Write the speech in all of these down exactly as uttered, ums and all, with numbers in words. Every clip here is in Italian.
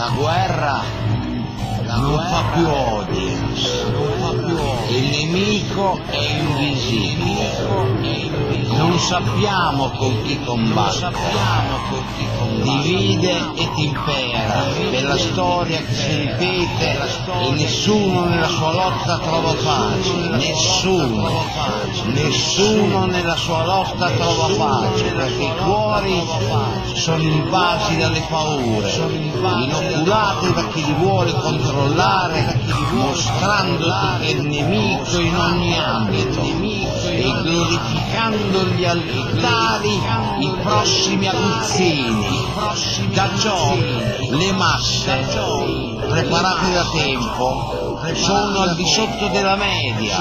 La guerra non fa più odio, il nemico è invisibile, non sappiamo con chi combattere, divide e ti impera, bella storia che si ripete e nessuno nella sua lotta trova pace, nessuno, nessuno nella sua lotta trova pace, perché i cuori sono invasi dalle paure, inoculati da chi li vuole controllare, mostrando che è il nemico in ogni ambito e glorificando gli altari, i prossimi aguzzini. Da ciò le masse, preparate da tempo, sono al di sotto della media,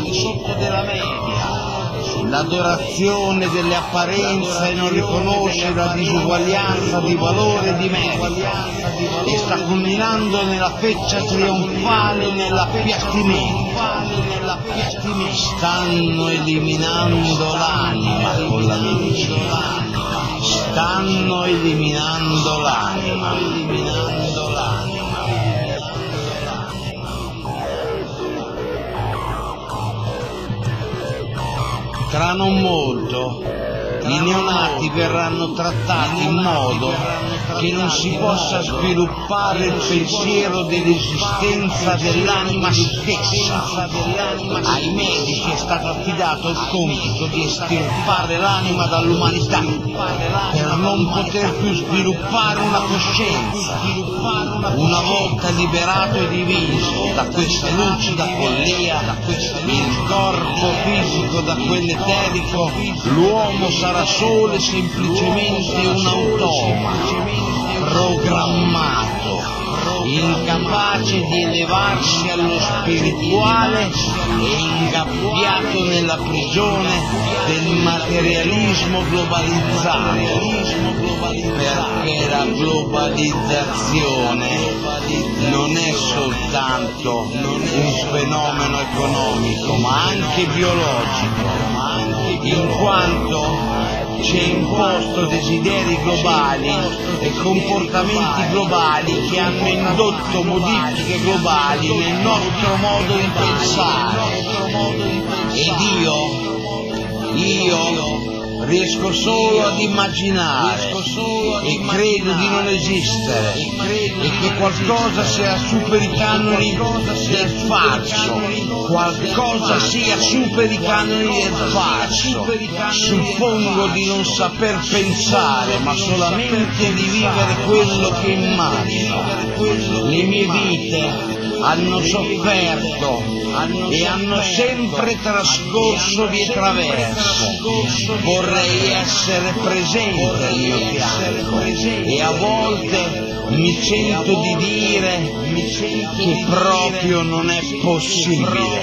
l'adorazione delle apparenze non riconosce la disuguaglianza di valore e di merito e sta culminando nella feccia trionfale nell'appiattimento. Stanno eliminando l'anima con la medicina, stanno eliminando l'anima, eliminando l'anima. Tra non molto i neonati verranno trattati in modo che non si possa sviluppare il pensiero dell'esistenza dell'anima stessa. Ai medici è stato affidato il compito di estirpare l'anima dall'umanità per non poter più sviluppare una coscienza. Una volta liberato e diviso da questa lucida follia, il corpo fisico da quello eterico, l'uomo sarà solo e semplicemente un automa, programmato, incapace di elevarsi allo spirituale e ingabbiato nella prigione del materialismo globalizzato, perché la globalizzazione non è soltanto un fenomeno economico, ma anche biologico, in quanto ci è imposto desideri globali e comportamenti globali che hanno indotto modifiche globali nel nostro modo di pensare. Ed io, io riesco solo ad immaginare e credo di non esistere e che qualcosa sia super i canoni del falso, qualcosa sia super i canoni del falso. Suppongo di non saper pensare, ma solamente di vivere quello che immagino. Le mie vite hanno sofferto e hanno sempre trascorso di traverso. Vorrei essere presente al mio fianco e a volte mi sento di dire che proprio non è possibile.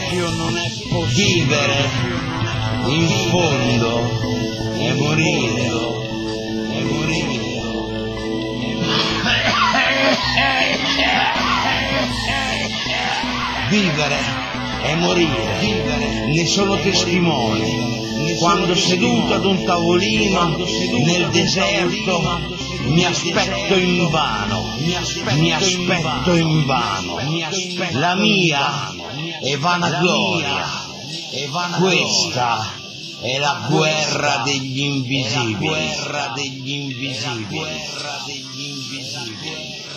Vivere in fondo è morire, è morire. Vivere è morire, ne sono testimone. Quando seduto ad un tavolino nel deserto mi aspetto invano, mi aspetto invano. La mia è vanagloria, questa è la guerra degli invisibili.